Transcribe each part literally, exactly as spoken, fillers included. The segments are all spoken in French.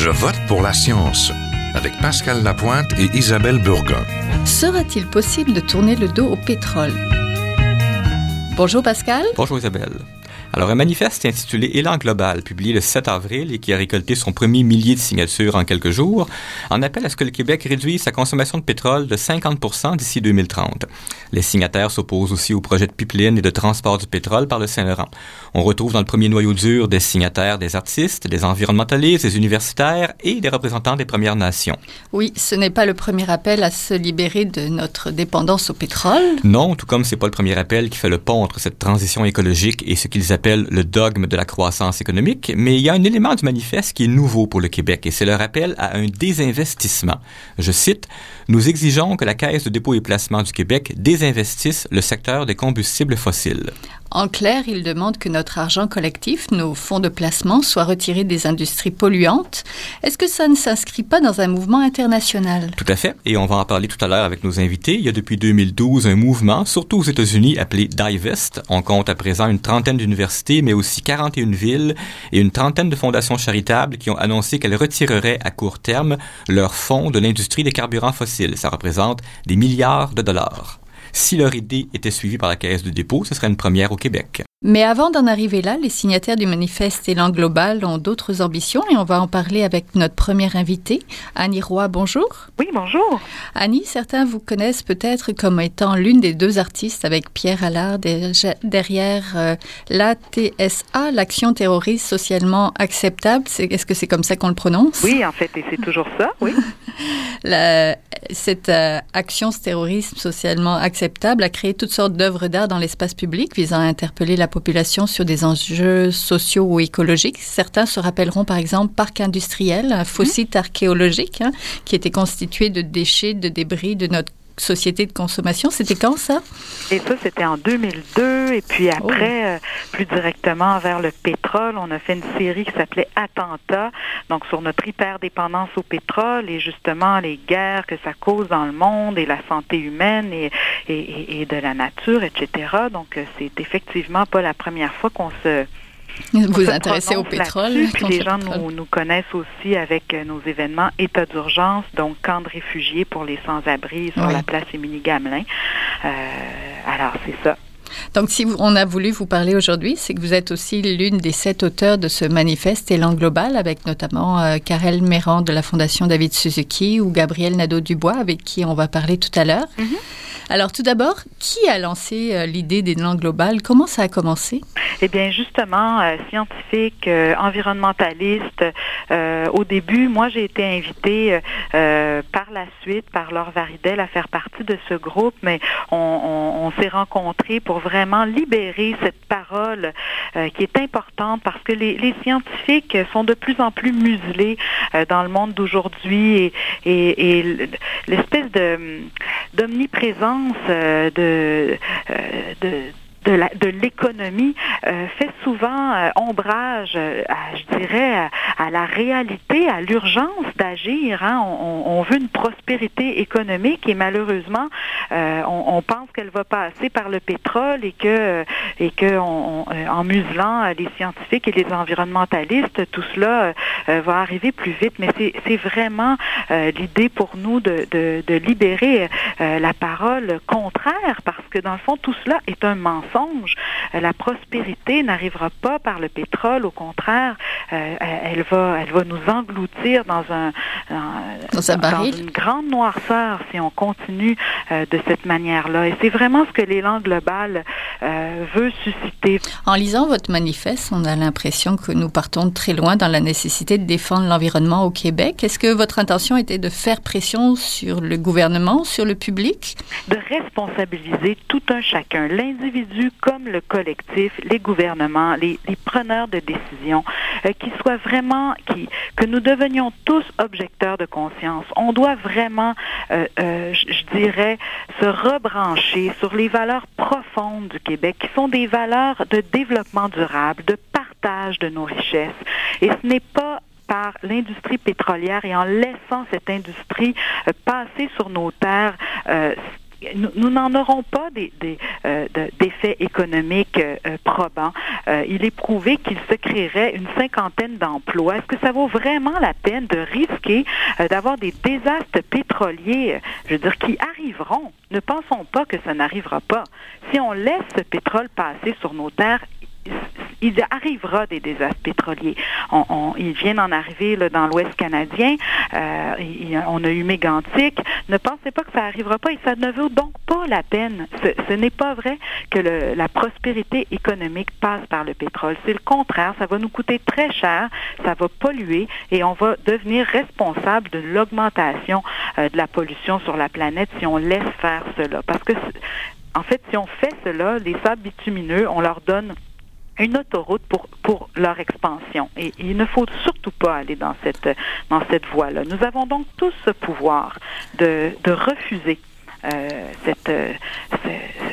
Je vote pour la science avec Pascal Lapointe et Isabelle Burgon. Sera-t-il possible de tourner le dos au pétrole? Bonjour Pascal. Bonjour Isabelle. Alors, un manifeste intitulé Élan global, publié le sept avril et qui a récolté son premier millier de signatures en quelques jours, en appelle à ce que le Québec réduise sa consommation de pétrole de cinquante pour cent d'ici deux mille trente. Les signataires s'opposent aussi au projet de pipeline et de transport du pétrole par le Saint-Laurent. On retrouve dans le premier noyau dur des signataires des artistes, des environnementalistes, des universitaires et des représentants des Premières Nations. Oui, ce n'est pas le premier appel à se libérer de notre dépendance au pétrole. Non, tout comme c'est pas le premier appel qui fait le pont entre cette transition écologique et ce qu'ils appellent le dogme de la croissance économique, mais il y a un élément du manifeste qui est nouveau pour le Québec et c'est le rappel à un désinvestissement. Je cite, « Nous exigeons que la Caisse de dépôt et placement du Québec désinvestisse le secteur des combustibles fossiles. » En clair, il demande que notre argent collectif, nos fonds de placement, soient retirés des industries polluantes. Est-ce que ça ne s'inscrit pas dans un mouvement international? Tout à fait, et on va en parler tout à l'heure avec nos invités. Il y a depuis deux mille douze un mouvement, surtout aux États-Unis, appelé Divest. On compte à présent une trentaine d'universités, mais aussi quarante et une villes et une trentaine de fondations charitables qui ont annoncé qu'elles retireraient à court terme leurs fonds de l'industrie des carburants fossiles. Ça représente des milliards de dollars. Si leur idée était suivie par la Caisse de dépôt, ce serait une première au Québec. Mais avant d'en arriver là, les signataires du manifeste Élan global ont d'autres ambitions et on va en parler avec notre première invitée, Annie Roy. Bonjour. Oui, bonjour. Annie, certains vous connaissent peut-être comme étant l'une des deux artistes avec Pierre Allard derrière euh, l'A T S A, l'Action terroriste socialement acceptable. C'est, est-ce que c'est comme ça qu'on le prononce? Oui, en fait, et c'est toujours ça, oui. La, cette euh, action terroriste socialement acceptable a créé toutes sortes d'œuvres d'art dans l'espace public visant à interpeller la population sur des enjeux sociaux ou écologiques. Certains se rappelleront par exemple Parc industriel, un faux site archéologique hein, qui était constitué de déchets, de débris de notre société de consommation. C'était quand ça? Et ça, c'était en deux mille deux. Et puis après, oh. euh, plus directement vers le pétrole, on a fait une série qui s'appelait Attentat, donc sur notre hyperdépendance au pétrole et justement les guerres que ça cause dans le monde et la santé humaine et, et, et, et de la nature, et cetera. Donc, c'est effectivement pas la première fois qu'on se Vous vous intéressez au pétrole. Puis les gens nous, nous connaissent aussi avec nos événements état d'urgence, donc camp de réfugiés pour les sans-abri sur oui. la place Émilie-Gamelin. Euh, alors, c'est ça. Donc, si vous, on a voulu vous parler aujourd'hui, c'est que vous êtes aussi l'une des sept auteurs de ce manifeste Élan global, avec notamment euh, Karel Méran de la Fondation David Suzuki ou Gabriel Nadeau-Dubois, avec qui on va parler tout à l'heure. Mm-hmm. Alors, tout d'abord, qui a lancé euh, l'idée d'Élan global? Comment ça a commencé? Eh bien, justement, euh, scientifique, euh, environnementaliste. Euh, au début, moi, j'ai été invitée euh, par la suite par Laure Varidel à faire partie de ce groupe, mais on, on, on s'est rencontrés pour vraiment libérer cette parole euh, qui est importante parce que les, les scientifiques sont de plus en plus muselés euh, dans le monde d'aujourd'hui et, et, et l'espèce de d'omniprésence euh, de, euh, de de, la, de l'économie euh, fait souvent euh, ombrage, euh, à, je dirais, à, à la réalité, à l'urgence d'agir. Hein. On, on veut une prospérité économique et malheureusement, euh, on, on pense qu'elle va passer par le pétrole et que, et que on, on, en muselant les scientifiques et les environnementalistes, tout cela euh, va arriver plus vite. Mais c'est, c'est vraiment euh, l'idée pour nous de, de, de libérer euh, la parole contraire parce que dans le fond, tout cela est un mensonge. La prospérité n'arrivera pas par le pétrole, au contraire, euh, elle va, elle va nous engloutir dans un, dans, dans, dans une grande noirceur si on continue euh, de cette manière-là. Et c'est vraiment ce que l'élan global euh, veut susciter. En lisant votre manifeste, on a l'impression que nous partons de très loin dans la nécessité de défendre l'environnement au Québec. Est-ce que votre intention était de faire pression sur le gouvernement, sur le public? De responsabiliser tout un chacun, l'individu comme le collectif, les gouvernements, les, les preneurs de décisions, euh, qui soient vraiment, qui, que nous devenions tous objecteurs de conscience. On doit vraiment, euh, euh, je, je dirais, se rebrancher sur les valeurs profondes du Québec, qui sont des valeurs de développement durable, de partage de nos richesses. Et ce n'est pas par l'industrie pétrolière et en laissant cette industrie euh, passer sur nos terres euh, nous, nous n'en aurons pas des, des, euh, de, d'effets économiques euh, probants. Euh, il est prouvé qu'il se créerait une cinquantaine d'emplois. Est-ce que ça vaut vraiment la peine de risquer euh, d'avoir des désastres pétroliers, euh, je veux dire, qui arriveront? Ne pensons pas que ça n'arrivera pas. Si on laisse ce pétrole passer sur nos terres, il arrivera des désastres pétroliers. On, on, ils viennent en arriver là, dans l'Ouest canadien. Euh, il, on a eu Mégantic. Ne pensez pas que ça n'arrivera pas et ça ne vaut donc pas la peine. Ce, ce n'est pas vrai que le, la prospérité économique passe par le pétrole. C'est le contraire. Ça va nous coûter très cher, ça va polluer et on va devenir responsable de l'augmentation euh, de la pollution sur la planète si on laisse faire cela. Parce que, en fait, si on fait cela, les sables bitumineux, on leur donne une autoroute pour, pour leur expansion. Et, et il ne faut surtout pas aller dans cette, dans cette voie-là. Nous avons donc tous ce pouvoir de, de refuser euh, cette, euh, ce,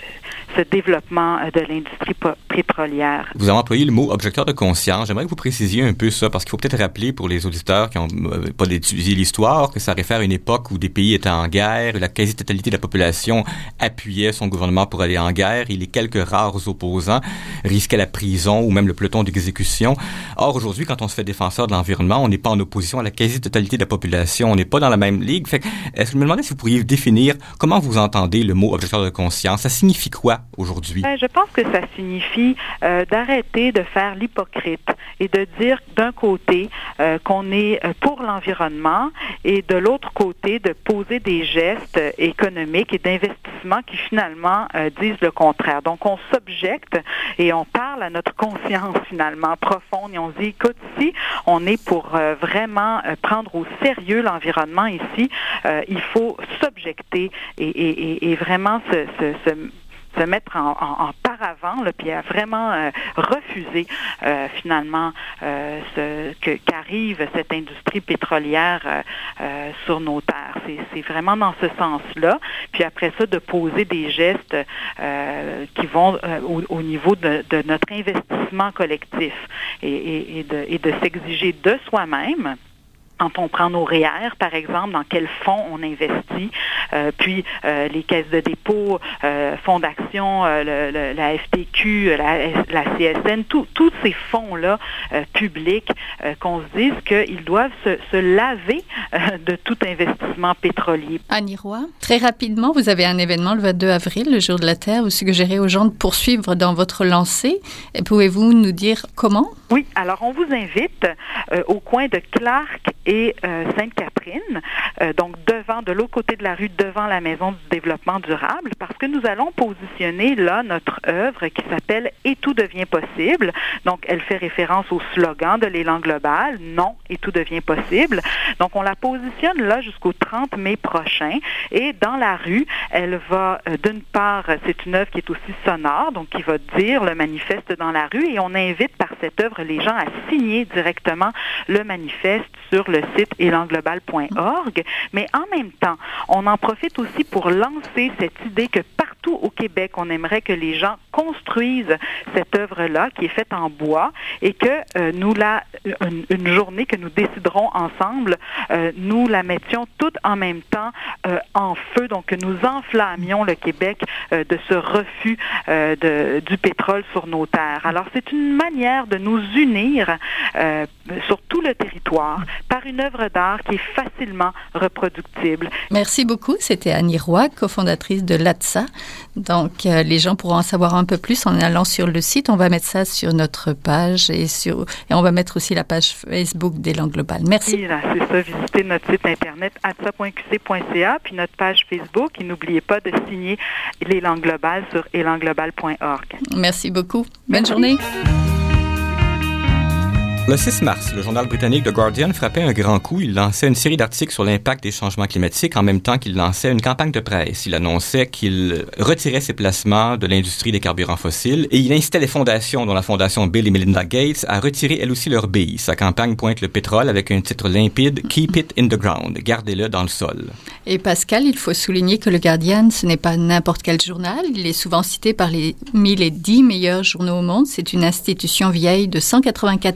ce développement de l'industrie pétrolière. Vous avez employé le mot objecteur de conscience. J'aimerais que vous précisiez un peu ça, parce qu'il faut peut-être rappeler pour les auditeurs qui n'ont euh, pas étudié l'histoire que ça réfère à une époque où des pays étaient en guerre, où la quasi-totalité de la population appuyait son gouvernement pour aller en guerre et les quelques rares opposants risquaient la prison ou même le peloton d'exécution. Or, aujourd'hui, quand on se fait défenseur de l'environnement, on n'est pas en opposition à la quasi-totalité de la population. On n'est pas dans la même ligue. Fait que, est-ce que je me demandais si vous pourriez définir comment vous entendez le mot objecteur de conscience? Ça signifie quoi aujourd'hui? Je pense que ça signifie euh, d'arrêter de faire l'hypocrite et de dire d'un côté euh, qu'on est pour l'environnement et de l'autre côté de poser des gestes économiques et d'investissement qui finalement euh, disent le contraire. Donc on s'objecte et on parle à notre conscience finalement profonde et on se dit, écoute, ici, on est pour euh, vraiment euh, prendre au sérieux l'environnement ici, euh, il faut s'objecter et, et, et, et vraiment se, se, se se mettre en, en, en paravent, là, puis à vraiment euh, refuser euh, finalement euh, ce, que, qu'arrive cette industrie pétrolière euh, euh, sur nos terres. C'est, c'est vraiment dans ce sens-là. Puis après ça, de poser des gestes euh, qui vont euh, au, au niveau de, de notre investissement collectif et, et, et, de, et de s'exiger de soi-même. Quand on prend nos R E E R, par exemple, dans quel fonds on investit, euh, puis euh, les caisses de dépôt, euh, fonds d'action, euh, le, le, la F T Q, la, la C S N, tous ces fonds-là euh, publics, euh, qu'on se dise qu'ils doivent se, se laver euh, de tout investissement pétrolier. Annie Roy, très rapidement, vous avez un événement le vingt-deux avril, le Jour de la Terre. Vous suggérez aux gens de poursuivre dans votre lancée. Et pouvez-vous nous dire comment? Oui, alors on vous invite euh, au coin de Clark et euh, Sainte-Catherine, euh, donc devant, de l'autre côté de la rue, devant la Maison du développement durable, parce que nous allons positionner là notre œuvre qui s'appelle « Et tout devient possible ». Donc, elle fait référence au slogan de l'élan global, « Non, et tout devient possible ». Donc, on la positionne là jusqu'au trente mai prochain, et dans la rue, elle va, euh, d'une part, c'est une œuvre qui est aussi sonore, donc qui va dire le manifeste dans la rue, et on invite par cette œuvre les gens à signer directement le manifeste sur le site élan global point org, mais en même temps, on en profite aussi pour lancer cette idée que partout au Québec, on aimerait que les gens construisent cette œuvre-là qui est faite en bois et que euh, nous la une, une journée que nous déciderons ensemble, euh, nous la mettions toute en même temps euh, en feu, donc que nous enflammions le Québec euh, de ce refus euh, de, du pétrole sur nos terres. Alors c'est une manière de nous unir euh, sur tout le territoire par une œuvre d'art qui est facilement reproductible. Merci beaucoup. C'était Annie Roy, cofondatrice de l'A T S A. Donc, euh, les gens pourront en savoir un peu plus en allant sur le site. On va mettre ça sur notre page et, sur, et on va mettre aussi la page Facebook d'Élan Global. Merci. Oui, là, c'est ça. Visitez notre site internet a t s a point q c point c a puis notre page Facebook. Et n'oubliez pas de signer l'Élan Global sur élan global point org. Merci beaucoup. Bonne Merci. journée. Le six mars, le journal britannique The Guardian frappait un grand coup. Il lançait une série d'articles sur l'impact des changements climatiques en même temps qu'il lançait une campagne de presse. Il annonçait qu'il retirait ses placements de l'industrie des carburants fossiles et il incitait les fondations, dont la fondation Bill et Melinda Gates, à retirer elles aussi leurs billes. Sa campagne pointe le pétrole avec un titre limpide « Keep it in the ground », gardez-le dans le sol. Et Pascal, il faut souligner que le Guardian, ce n'est pas n'importe quel journal. Il est souvent cité par les mille et dix meilleurs journaux au monde. C'est une institution vieille de cent quatre-vingt-quatorze ans.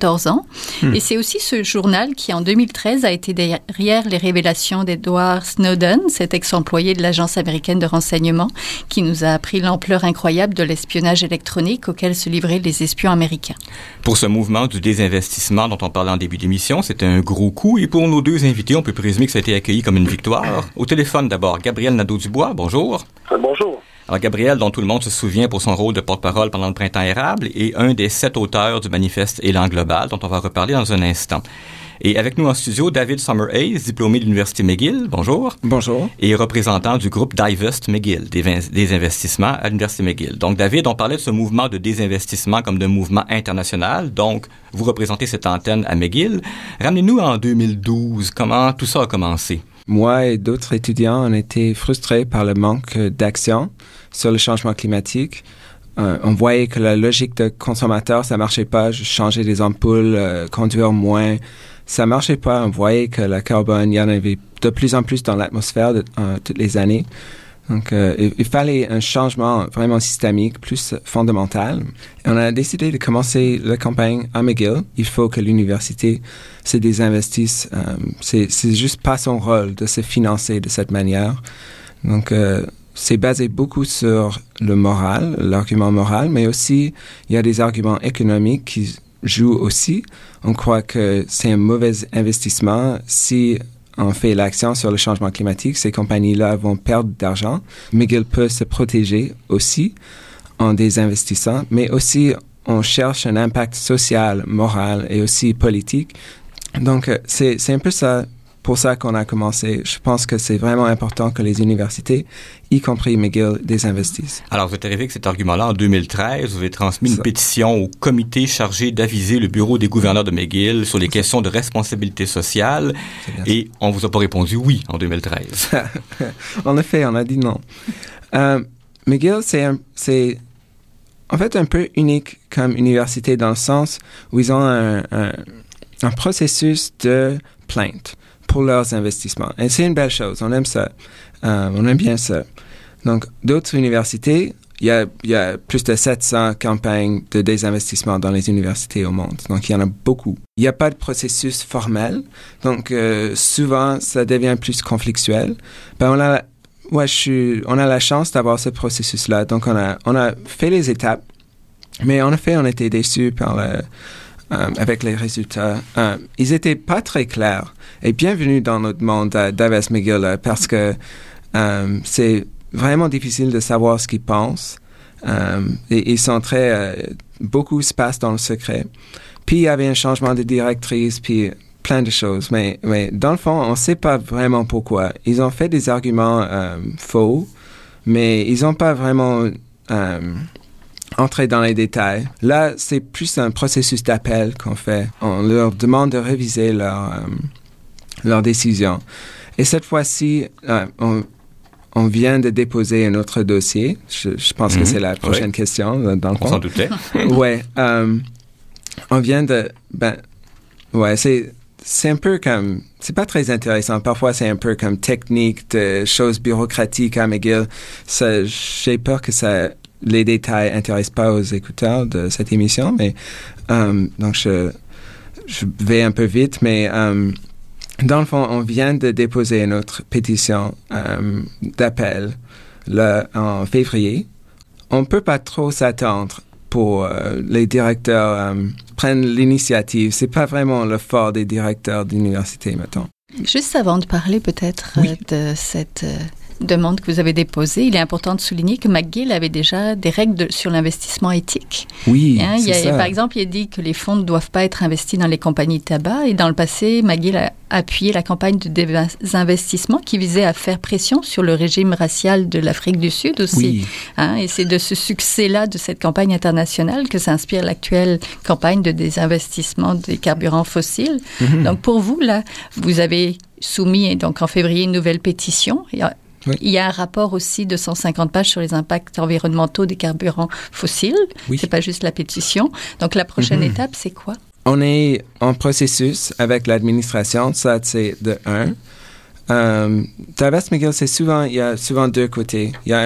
renseignement. Mmh. Et c'est aussi ce journal qui, en deux mille treize, a été derrière les révélations d'Edward Snowden, cet ex-employé de l'Agence américaine de renseignement, qui nous a appris l'ampleur incroyable de l'espionnage électronique auquel se livraient les espions américains. Pour ce mouvement du désinvestissement dont on parlait en début d'émission, c'était un gros coup. Et pour nos deux invités, on peut présumer que ça a été accueilli comme une victoire. Au téléphone d'abord, Gabriel Nadeau-Dubois, bonjour. Bonjour. Alors, Gabriel, dont tout le monde se souvient pour son rôle de porte-parole pendant le Printemps érable, est un des sept auteurs du manifeste Élan global, dont on va reparler dans un instant. Et avec nous en studio, David Summer-Hayes, diplômé de l'Université McGill. Bonjour. Bonjour. Et représentant du groupe Divest McGill, des, des investissements à l'Université McGill. Donc, David, on parlait de ce mouvement de désinvestissement comme d'un mouvement international. Donc, vous représentez cette antenne à McGill. Ramenez-nous en deux mille douze. Comment tout ça a commencé? Moi et d'autres étudiants, on était frustrés par le manque d'action sur le changement climatique. Euh, on voyait que la logique de consommateur, ça marchait pas. Changer des ampoules, euh, conduire moins, ça marchait pas. On voyait que le carbone, il y en avait de plus en plus dans l'atmosphère de, euh, toutes les années. Donc, euh, il, il fallait un changement vraiment systémique, plus fondamental. Et on a décidé de commencer la campagne à McGill. Il faut que l'université se désinvestisse. Euh, c'est, c'est juste pas son rôle de se financer de cette manière. Donc, euh, c'est basé beaucoup sur le moral, l'argument moral, mais aussi, il y a des arguments économiques qui jouent aussi. On croit que c'est un mauvais investissement si on fait l'action sur le changement climatique. Ces compagnies-là vont perdre d'argent. McGill peut se protéger aussi en désinvestissant, mais aussi on cherche un impact social, moral et aussi politique. Donc, c'est, c'est un peu ça, pour ça qu'on a commencé. Je pense que c'est vraiment important que les universités, y compris McGill, désinvestissent. Alors, vous êtes arrivé avec cet argument-là en deux mille treize. Vous avez transmis ça. Une pétition au comité chargé d'aviser le bureau des gouverneurs de McGill sur les questions de responsabilité sociale. Et on vous a pas répondu oui en deux mille treize. En effet, on a dit non. Euh, McGill, c'est, un, c'est en fait un peu unique comme université dans le sens où ils ont un, un, un processus de plainte pour leurs investissements. Et c'est une belle chose. On aime ça. Euh, on aime bien ça. Donc, d'autres universités, il y a, il y a plus de sept cents campagnes de désinvestissement dans les universités au monde. Donc, il y en a beaucoup. Il n'y a pas de processus formel. Donc, euh, souvent, ça devient plus conflictuel. Ben, on a, ouais, je suis, on a la chance d'avoir ce processus-là. Donc, on a, on a fait les étapes. Mais en effet, on était déçus par le, Euh, avec les résultats. Euh, ils n'étaient pas très clairs. Et bienvenue dans notre monde à Divest McGill parce que euh, c'est vraiment difficile de savoir ce qu'ils pensent. Euh, et ils sont très... Euh, beaucoup se passe dans le secret. Puis il y avait un changement de directrice, puis plein de choses. Mais, mais dans le fond, on ne sait pas vraiment pourquoi. Ils ont fait des arguments euh, faux, mais ils n'ont pas vraiment... Euh, entrer dans les détails. Là, c'est plus un processus d'appel qu'on fait. On leur demande de réviser leur, euh, leur décision. Et cette fois-ci, euh, on, on vient de déposer un autre dossier. Je, je pense mmh, que c'est la prochaine oui. question. Dans le on s'en doutait. ouais. Euh, on vient de... Ben, ouais, c'est... C'est un peu comme... C'est pas très intéressant. Parfois, c'est un peu comme technique de choses bureaucratiques à McGill. Ça, j'ai peur que ça... Les détails intéressent pas aux écouteurs de cette émission, mais euh, donc je, je vais un peu vite, mais euh, dans le fond, on vient de déposer une autre pétition euh, d'appel là, en février. On peut pas trop s'attendre pour euh, les directeurs euh, prennent l'initiative. C'est pas vraiment le fort des directeurs d'université, mettons. Juste avant de parler peut-être oui. de cette... Euh demande que vous avez déposée, il est important de souligner que McGill avait déjà des règles de, sur l'investissement éthique. Oui, hein, c'est il y a, ça. Par exemple, il est dit que les fonds ne doivent pas être investis dans les compagnies de tabac. Et dans le passé, McGill a appuyé la campagne de désinvestissement qui visait à faire pression sur le régime racial de l'Afrique du Sud aussi. Oui. Hein, et c'est de ce succès-là, de cette campagne internationale, que s'inspire l'actuelle campagne de désinvestissement des carburants fossiles. Mm-hmm. Donc, pour vous, là, vous avez soumis donc en février une nouvelle pétition. Et, oui. Il y a un rapport aussi de cent cinquante pages sur les impacts environnementaux des carburants fossiles. Oui. C'est pas juste la pétition. Donc, la prochaine mm-hmm. étape, c'est quoi? On est en processus avec l'administration. Ça, c'est de un. Euh, Divest McGill, c'est souvent, il y a souvent deux côtés. Il y a un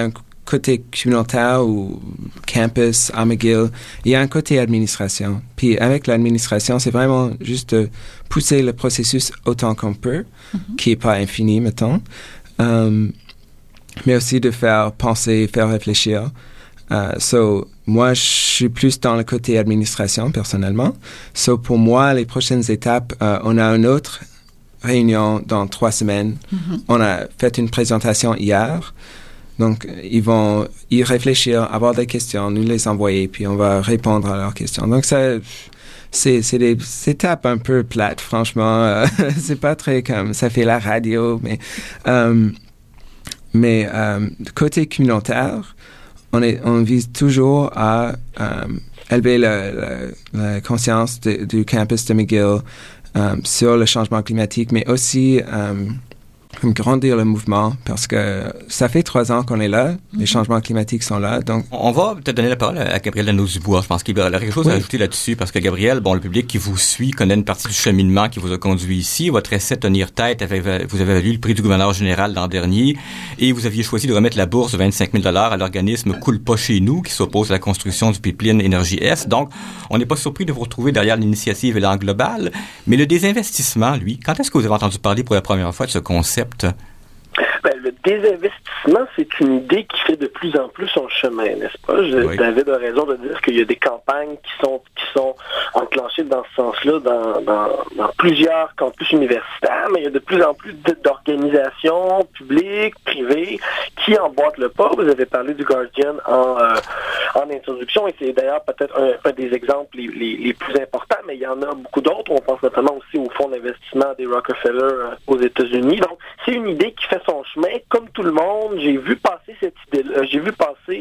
côté communautaire ou campus à McGill, il y a un côté administration. Puis avec l'administration, c'est vraiment juste de pousser le processus autant qu'on peut, mm-hmm. qui n'est pas infini, mettons, um, mais aussi de faire penser, faire réfléchir. Uh, so, moi, je suis plus dans le côté administration, personnellement. So, pour moi, les prochaines étapes, uh, on a une autre réunion dans trois semaines. Mm-hmm. On a fait une présentation hier. Donc, ils vont y réfléchir, avoir des questions, nous les envoyer, puis on va répondre à leurs questions. Donc, ça, c'est, c'est des étapes un peu plates, franchement. Euh, c'est pas très comme, ça fait la radio, mais, euh, mais, euh, côté communautaire, on est, on vise toujours à, euh, élever la, la, la conscience de, du campus de McGill, euh, sur le changement climatique, mais aussi, euh, grandir le mouvement, parce que ça fait trois ans qu'on est là, mm-hmm. les changements climatiques sont là, donc... On va peut-être donner la parole à Gabriel Lanoz-Dubois. Je pense qu'il y a quelque chose oui. à ajouter là-dessus, parce que Gabriel, bon, le public qui vous suit connaît une partie du cheminement qui vous a conduit ici. Votre essai Tenir tête, avait, vous avez eu le prix du gouverneur général l'an dernier, et vous aviez choisi de remettre la bourse de vingt-cinq mille dollars à l'organisme Coule pas chez nous, qui s'oppose à la construction du pipeline Énergie Est. Donc, on n'est pas surpris de vous retrouver derrière l'initiative Élan Global, mais le désinvestissement, lui, quand est-ce que vous avez entendu parler pour la première fois de ce concept? Ben, le désinvestissement, c'est une idée qui fait de plus en plus son chemin, n'est-ce pas? Je, oui. David a raison de dire qu'il y a des campagnes qui sont qui sont enclenchées dans ce sens-là dans, dans, dans plusieurs campus universitaires, mais il y a de plus en plus d'organisations publiques, privées, qui emboîtent le pas. Vous avez parlé du Guardian en, euh, en introduction, et c'est d'ailleurs peut-être un, un des exemples les, les, les plus importants, mais il y en a beaucoup d'autres. On pense notamment aussi au fonds d'investissement des Rockefeller euh, aux États-Unis. Donc, c'est une idée qui fait son chemin. Comme tout le monde, j'ai vu passer cette idée-là, j'ai vu passer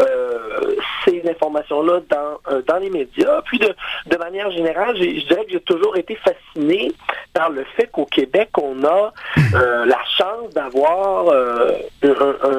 euh, ces informations-là dans, euh, dans les médias. Puis de, de manière générale, j'ai, je dirais que j'ai toujours été fasciné par le fait qu'au Québec, on a euh, la chance d'avoir euh, un,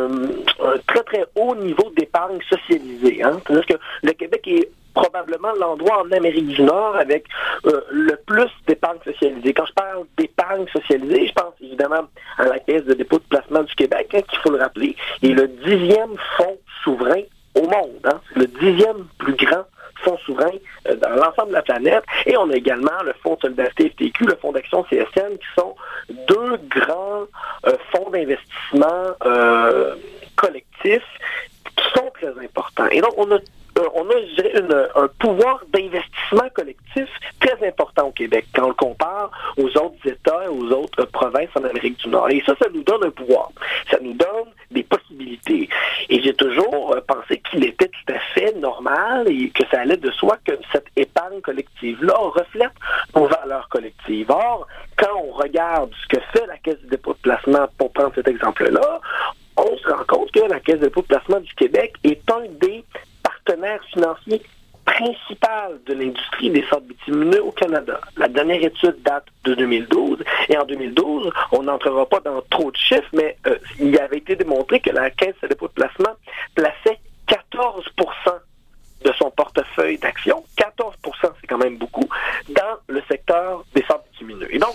un, un très très haut niveau d'épargne socialisée. Hein? C'est-à-dire que le Québec est probablement l'endroit en Amérique du Nord avec euh, le plus d'épargne socialisée. Quand je parle d'épargne socialisée, je pense évidemment à la Caisse de dépôt de placement du Québec, hein, qu'il faut le rappeler, est le dixième fonds souverain au monde. Hein. C'est le dixième plus grand fonds souverain euh, dans l'ensemble de la planète. Et on a également le Fonds de solidarité F T Q, le Fonds d'action C S N, qui sont deux grands euh, fonds d'investissement euh, collectifs qui sont très importants. Et donc, on a on a, je dirais, une, un pouvoir d'investissement collectif très important au Québec quand on le compare aux autres États et aux autres provinces en Amérique du Nord. Et ça, ça nous donne un pouvoir. Ça nous donne des possibilités. Et j'ai toujours pensé qu'il était tout à fait normal et que ça allait de soi que cette épargne collective-là reflète nos valeurs collectives. Or, quand on regarde ce que fait la Caisse de dépôt de placement, pour prendre cet exemple-là, on se rend compte que la Caisse de dépôt de placement du Québec est un des partenaire financier principal de l'industrie des sables bitumineux au Canada. La dernière étude date de deux mille douze, et en deux mille douze, on n'entrera pas dans trop de chiffres, mais euh, il avait été démontré que la Caisse de dépôt de placement plaçait quatorze pour cent de son portefeuille d'actions, quatorze pour cent, c'est quand même beaucoup, dans le secteur des sables bitumineux. Et donc,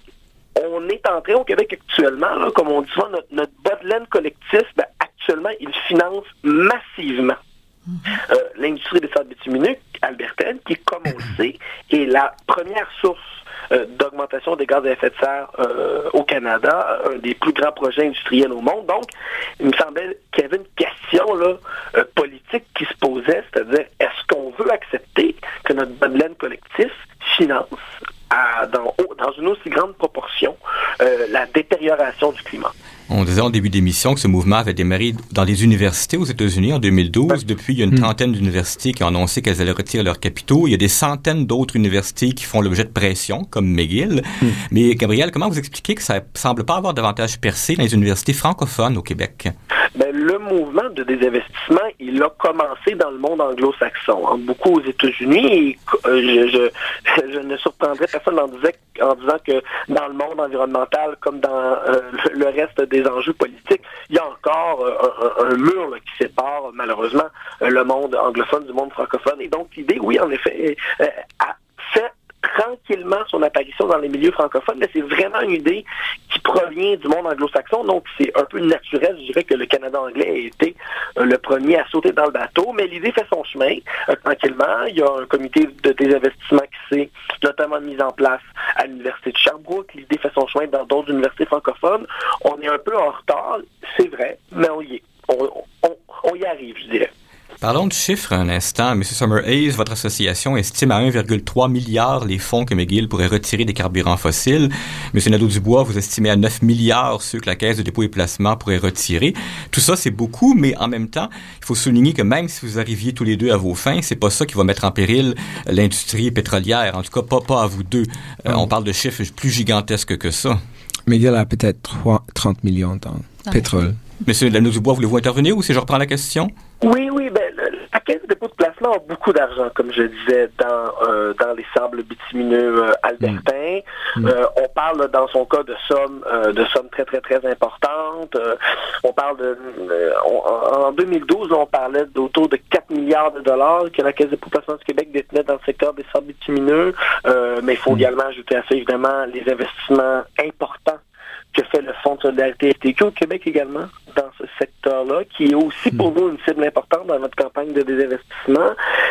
on est en train au Québec actuellement, là, comme on dit souvent, notre, notre bas de laine collectif, ben, actuellement, il finance massivement Euh, l'industrie des sables bitumineux albertaine, qui, comme on le sait, est la première source euh, d'augmentation des gaz à effet de serre euh, au Canada, un des plus grands projets industriels au monde. Donc, il me semblait qu'il y avait une question là, euh, politique qui se posait, c'est-à-dire, est-ce qu'on veut accepter que notre bas de laine collectif finance à, dans, dans une aussi grande proportion euh, la détérioration du climat? On disait en début d'émission que ce mouvement avait démarré dans les universités aux États-Unis en deux mille douze. Depuis, il y a une trentaine d'universités qui ont annoncé qu'elles allaient retirer leurs capitaux. Il y a des centaines d'autres universités qui font l'objet de pression, comme McGill. Mm. Mais Gabriel, comment vous expliquez que ça ne semble pas avoir davantage percé dans les universités francophones au Québec? Ben, le mouvement de désinvestissement, il a commencé dans le monde anglo-saxon, hein, beaucoup aux États-Unis. Et, euh, je, je, je ne surprendrais personne en, disait, en disant que dans le monde environnemental, comme dans euh, le, le reste des enjeux politiques, il y a encore euh, un, un mur là, qui sépare malheureusement le monde anglophone du monde francophone. Et donc l'idée, oui, en effet, euh, a fait tranquillement son apparition dans les milieux francophones, mais c'est vraiment une idée qui provient du monde anglo-saxon, donc c'est un peu naturel, je dirais, que le Canada anglais ait été euh, le premier à sauter dans le bateau, mais l'idée fait son chemin, euh, tranquillement. Il y a un comité de désinvestissement qui s'est notamment mis en place à l'Université de Sherbrooke. L'idée fait son chemin dans d'autres universités francophones. On est un peu en retard, c'est vrai, mais on y est. On, on, on y arrive, je dirais. Parlons de chiffres un instant. M. Summer-Hayes, votre association estime à un virgule trois milliard les fonds que McGill pourrait retirer des carburants fossiles. M. Nadeau-Dubois, vous estimez à neuf milliards ceux que la Caisse de dépôt et placement pourrait retirer. Tout ça, c'est beaucoup, mais en même temps, il faut souligner que même si vous arriviez tous les deux à vos fins, c'est pas ça qui va mettre en péril l'industrie pétrolière. En tout cas, pas, pas à vous deux. Euh, on parle de chiffres plus gigantesques que ça. McGill a peut-être trente millions dans ah, pétrole. Monsieur Nadeau-Dubois, voulez-vous intervenir ou si je reprends la question? Oui, oui, ben, la Caisse de dépôt de placement a beaucoup d'argent, comme je disais, dans euh, dans les sables bitumineux euh, albertains. Mm. Euh, on parle, là, dans son cas, de sommes euh, de sommes très, très, très importantes. Euh, on parle de... Euh, on, en deux mille douze, on parlait d'autour de quatre milliards de dollars que la Caisse de dépôt de placement du Québec détenait dans le secteur des sables bitumineux. Euh, mais il faut mm. également ajouter à ça, évidemment, les investissements importants que fait le Fonds de solidarité F T Q au Québec également, dans ce secteur-là, qui est aussi pour nous une cible importante dans notre campagne de désinvestissement.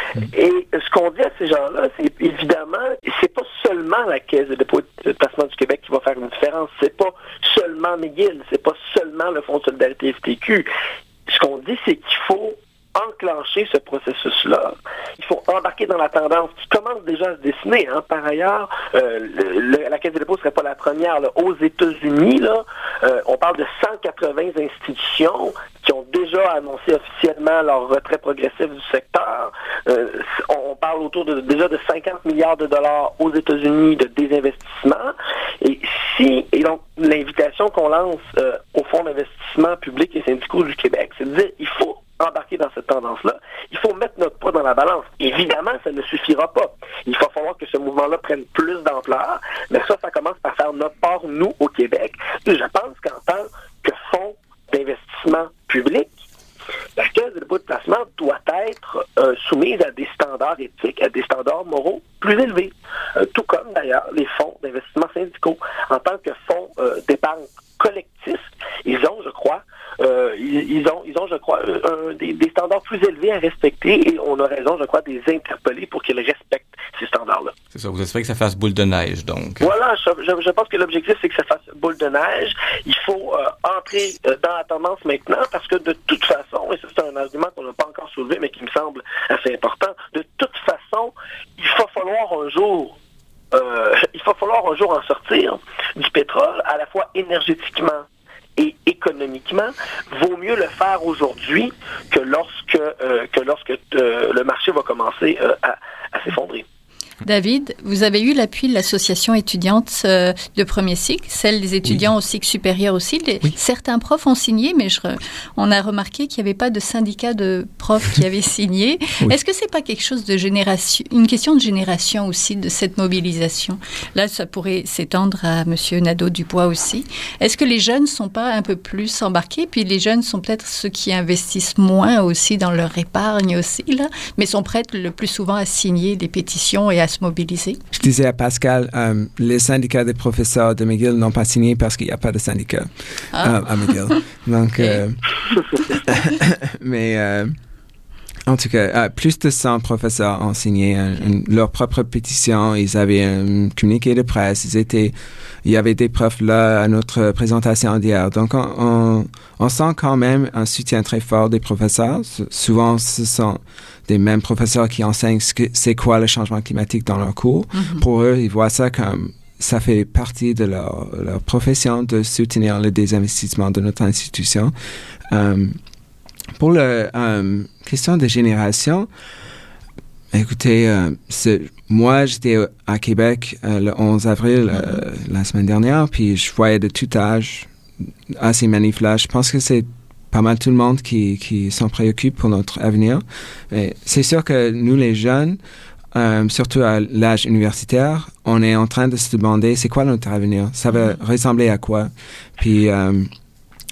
Et ce qu'on dit à ces gens-là, c'est évidemment, c'est pas seulement la Caisse de dépôt et de placement du Québec qui va faire une différence, c'est pas seulement McGill, c'est pas seulement le Fonds de solidarité F T Q. Ce qu'on dit, c'est qu'il faut enclencher ce processus-là. Il faut embarquer dans la tendance qui commence déjà à se dessiner. Hein. Par ailleurs, euh, le, le, la Caisse de dépôt ne serait pas la première. Là. Aux États-Unis, là, euh, on parle de cent quatre-vingts institutions qui ont déjà annoncé officiellement leur retrait progressif du secteur. Euh, on parle autour de déjà de cinquante milliards de dollars aux États-Unis de désinvestissement. Et si, et donc l'invitation qu'on lance euh, au Fonds d'investissement public et syndicaux du Québec, c'est de dire il faut embarquer dans cette tendance-là. Il faut mettre notre poids dans la balance. Évidemment, ça ne suffira pas. Il va falloir que ce mouvement-là prenne plus d'ampleur, mais ça, ça commence par faire notre part, nous, au Québec. Et je pense qu'en tant que fonds d'investissement public, la Caisse de dépôt de placement doit être euh, soumise à des standards éthiques, à des standards moraux plus élevés. Euh, tout comme, d'ailleurs, les fonds d'investissement syndicaux. En tant que fonds euh, d'épargne collectif, ils ont, je crois, Euh, ils, ils ont, ils ont, je crois, un, des, des standards plus élevés à respecter et on a raison, je crois, de les interpeller pour qu'ils respectent ces standards-là. C'est ça, vous espérez que ça fasse boule de neige, donc. Voilà, je, je, je pense que l'objectif, c'est que ça fasse boule de neige. Il faut euh, entrer euh, dans la tendance maintenant parce que de toute façon, et ça c'est un argument qu'on n'a pas encore soulevé, mais qui me semble assez important, de toute façon, il va falloir un jour euh, il va falloir un jour en sortir du pétrole, à la fois énergétiquement et économiquement, vaut mieux le faire aujourd'hui que lorsque euh, que lorsque euh, le marché va commencer euh, à, à s'effondrer. David, vous avez eu l'appui de l'association étudiante euh, de premier cycle, celle des étudiants oui. au cycle supérieur aussi. Les, oui. Certains profs ont signé, mais je, on a remarqué qu'il n'y avait pas de syndicat de profs qui avaient signé. Oui. Est-ce que c'est pas quelque chose de génération, une question de génération aussi, de cette mobilisation? Là, ça pourrait s'étendre à M. Nadeau-Dubois aussi. Est-ce que les jeunes ne sont pas un peu plus embarqués? Puis les jeunes sont peut-être ceux qui investissent moins aussi dans leur épargne aussi, là, mais sont prêts le plus souvent à signer des pétitions et à se mobiliser. Je disais à Pascal, euh, les syndicats des professeurs de McGill n'ont pas signé parce qu'il n'y a pas de syndicat ah. euh, à McGill. Donc, euh, mais euh, en tout cas, euh, plus de cent professeurs ont signé un, un, leur propre pétition. Ils avaient un communiqué de presse. Ils étaient, il y avait des profs là à notre présentation d'hier. Donc, on, on, on sent quand même un soutien très fort des professeurs. Souvent, ce sont des mêmes professeurs qui enseignent ce que, c'est quoi le changement climatique dans leurs cours. Mm-hmm. Pour eux, ils voient ça comme ça fait partie de leur, leur profession de soutenir le désinvestissement de notre institution. Euh, pour la euh, question de génération, écoutez, euh, c'est, moi, j'étais à Québec euh, le onze avril, euh, mm-hmm. la semaine dernière, puis je voyais de tout âge à ces manifs-là. Je pense que c'est pas mal tout le monde qui, qui s'en préoccupe pour notre avenir. Mais c'est sûr que nous, les jeunes, euh, surtout à l'âge universitaire, on est en train de se demander c'est quoi notre avenir? Ça va ressembler à quoi? Puis, euh,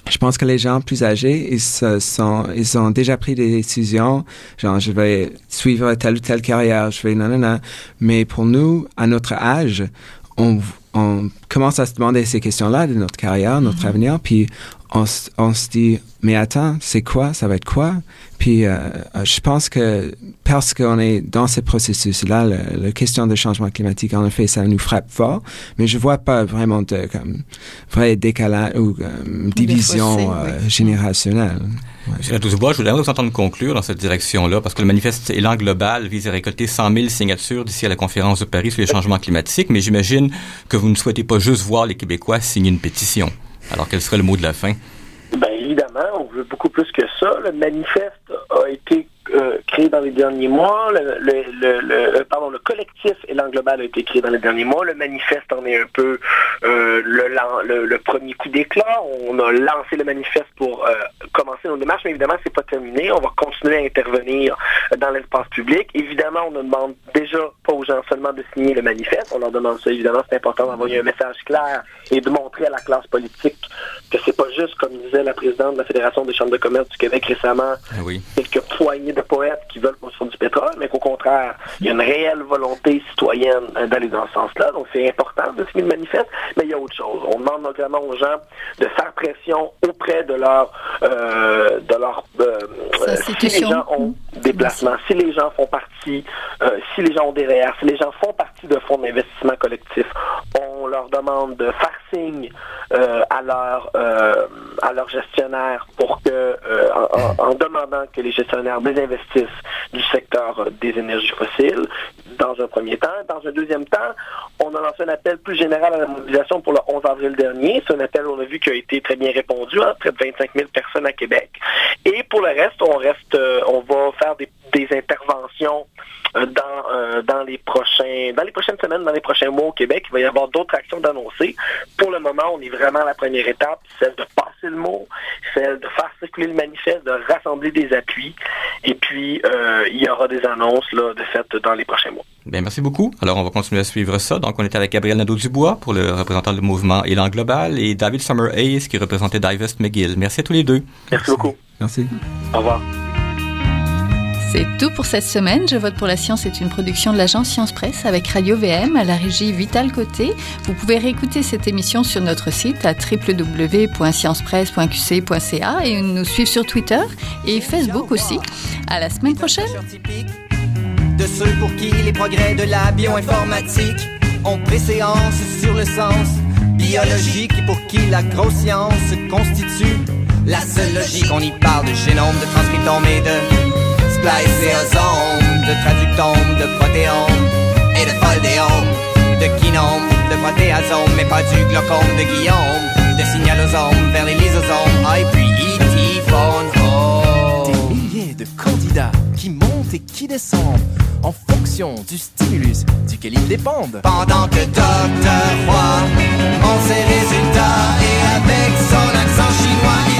je pense que les gens plus âgés, ils se sont, ils ont déjà pris des décisions, genre je vais suivre telle ou telle carrière, je vais nanana. Mais pour nous, à notre âge, on, on commence à se demander ces questions-là de notre carrière, notre mm-hmm. avenir, puis on, on se dit, mais attends, c'est quoi, ça va être quoi? Puis euh, je pense que parce qu'on est dans ce processus-là, le, la question de changement climatique, en effet, ça nous frappe fort, mais je vois pas vraiment de comme vrai décalage ou euh, division fossés, euh, oui. générationnelle. Ouais. Monsieur Ladouze-Bois, je voudrais vous entendre conclure dans cette direction-là, parce que le manifeste Élan Global vise à récolter cent mille signatures d'ici à la conférence de Paris sur les changements climatiques, mais j'imagine que vous ne souhaitez pas juste voir les Québécois signer une pétition. Alors, quel serait le mot de la fin? Bien, évidemment, on veut beaucoup plus que ça. Le manifeste a été euh, créé dans les derniers mois. Le, le, le, le, pardon, le collectif Élan Global a été créé dans les derniers mois. Le manifeste en est un peu euh, le, le, le premier coup d'éclat. On a lancé le manifeste pour euh, commencer nos démarches, mais évidemment, c'est pas terminé. On va continuer à intervenir dans l'espace public. Évidemment, on ne demande déjà pas aux gens seulement de signer le manifeste. On leur demande ça, évidemment. C'est important d'envoyer un message clair et de montrer à la classe politique que c'est pas juste, comme disait la présidente de la Fédération des chambres de commerce du Québec récemment, ah oui. quelques poignées de poètes qui veulent qu'on se fasse du pétrole, mais qu'au contraire, il y a une réelle volonté citoyenne d'aller dans ce sens-là. Donc, c'est important de signer le manifeste, mais il y a autre chose. On demande notamment aux gens de faire pression auprès de leur euh, de leur euh, si les gens ont des placements, si les gens font partie, euh, si les gens ont des R E E R, si les gens font partie de fonds d'investissement collectif, on leur demande de faire signe euh, à leur euh, à leurs gestionnaires pour que, euh, en, en demandant que les gestionnaires désinvestissent du secteur euh, des énergies fossiles, dans un premier temps. Dans un deuxième temps, on a lancé un appel plus général à la mobilisation pour le onze avril dernier. C'est un appel, on a vu, qui a été très bien répondu, hein, près de vingt-cinq mille personnes à Québec. Et pour le reste, on reste, euh, on va faire des, des interventions euh, dans euh, dans les prochains, dans les prochaines semaines, dans les prochains mois au Québec. Il va y avoir d'autres actions d'annoncer. Pour le moment, on est vraiment à la première étape, celle de passer le mot, celle de faire circuler le manifeste, de rassembler des appuis. Et puis, euh, il y aura des annonces là, de fait dans les prochains mois. Bien, merci beaucoup. Alors, on va continuer à suivre ça. Donc, on était avec Gabriel Nadeau-Dubois pour le représentant du mouvement Élan Global et David Summer-Hayes qui représentait Divest McGill. Merci à tous les deux. Merci beaucoup. Merci. Au revoir. C'est tout pour cette semaine. Je vote pour la science est une production de l'agence Science Presse avec Radio V M à la régie Vital Côté. Vous pouvez réécouter cette émission sur notre site à w w w point science presse point q c point c a et nous suivre sur Twitter et Facebook aussi. À la semaine prochaine. De ceux pour qui les progrès de la bioinformatique ont préséance sur le sens biologique et pour qui la grosse science constitue la seule logique. On y parle de génome, de transcriptome et de spliceosome, de traductome, de protéome et de foldéome, de kinome, de protéasome, mais pas du glaucome de Guillaume, de signalosome vers les lysosomes, ah, et puis E T phone home. Des milliers de candidats qui montent et qui descendent en fonction du stimulus duquel ils dépendent. Pendant que Docteur Roy, on ses résultats et avec son accent chinois,